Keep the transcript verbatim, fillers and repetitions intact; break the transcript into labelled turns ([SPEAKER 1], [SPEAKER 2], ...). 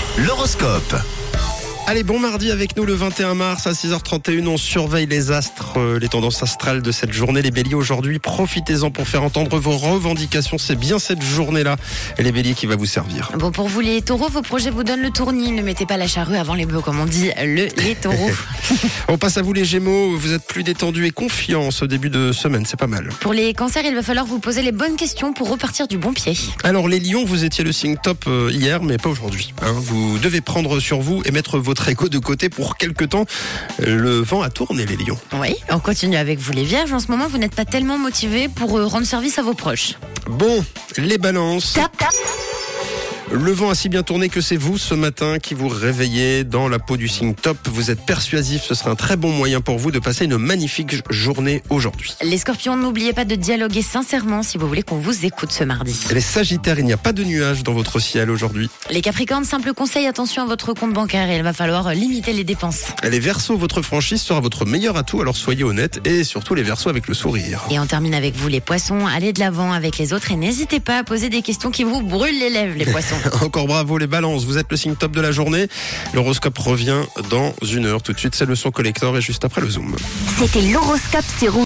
[SPEAKER 1] L'horoscope.
[SPEAKER 2] Allez, bon mardi avec nous le vingt et un mars à six heures trente et une. On surveille les astres, euh, les tendances astrales de cette journée. Les béliers aujourd'hui, profitez-en pour faire entendre vos revendications. C'est bien cette journée-là, et les béliers, qui va vous servir.
[SPEAKER 3] Bon, pour vous les taureaux, vos projets vous donnent le tournis. Ne mettez pas la charrue avant les bœufs, comme on dit, le, les taureaux.
[SPEAKER 2] On passe à vous les gémeaux. Vous êtes plus détendus et confiants en ce début de semaine, c'est pas mal.
[SPEAKER 3] Pour les cancers, il va falloir vous poser les bonnes questions pour repartir du bon pied.
[SPEAKER 2] Alors les lions, vous étiez le signe top euh, hier, mais pas aujourd'hui. Hein. Vous devez prendre sur vous et mettre votre ego de côté pour quelque temps. Le vent a tourné, les lions.
[SPEAKER 3] Oui, on continue avec vous les vierges. En ce moment, vous n'êtes pas tellement motivés pour euh, rendre service à vos proches.
[SPEAKER 2] Bon, les balances.
[SPEAKER 3] Tap, tap.
[SPEAKER 2] Le vent a si bien tourné que c'est vous ce matin qui vous réveillez dans la peau du signe top. Vous êtes persuasif, ce sera un très bon moyen pour vous de passer une magnifique journée aujourd'hui.
[SPEAKER 3] Les scorpions, n'oubliez pas de dialoguer sincèrement si vous voulez qu'on vous écoute ce mardi.
[SPEAKER 2] Les sagittaires, il n'y a pas de nuages dans votre ciel aujourd'hui.
[SPEAKER 3] Les capricornes, simple conseil, attention à votre compte bancaire et il va falloir limiter les dépenses.
[SPEAKER 2] Les verseaux, votre franchise sera votre meilleur atout, alors soyez honnêtes, et surtout les verseaux avec le sourire.
[SPEAKER 3] Et on termine avec vous les poissons, allez de l'avant avec les autres et n'hésitez pas à poser des questions qui vous brûlent les lèvres, les poissons.
[SPEAKER 2] Encore bravo les balances, vous êtes le signe top de la journée. L'horoscope revient dans une heure. Tout de suite, c'est le son collector et juste après le zoom.
[SPEAKER 4] C'était l'horoscope sur Rouge.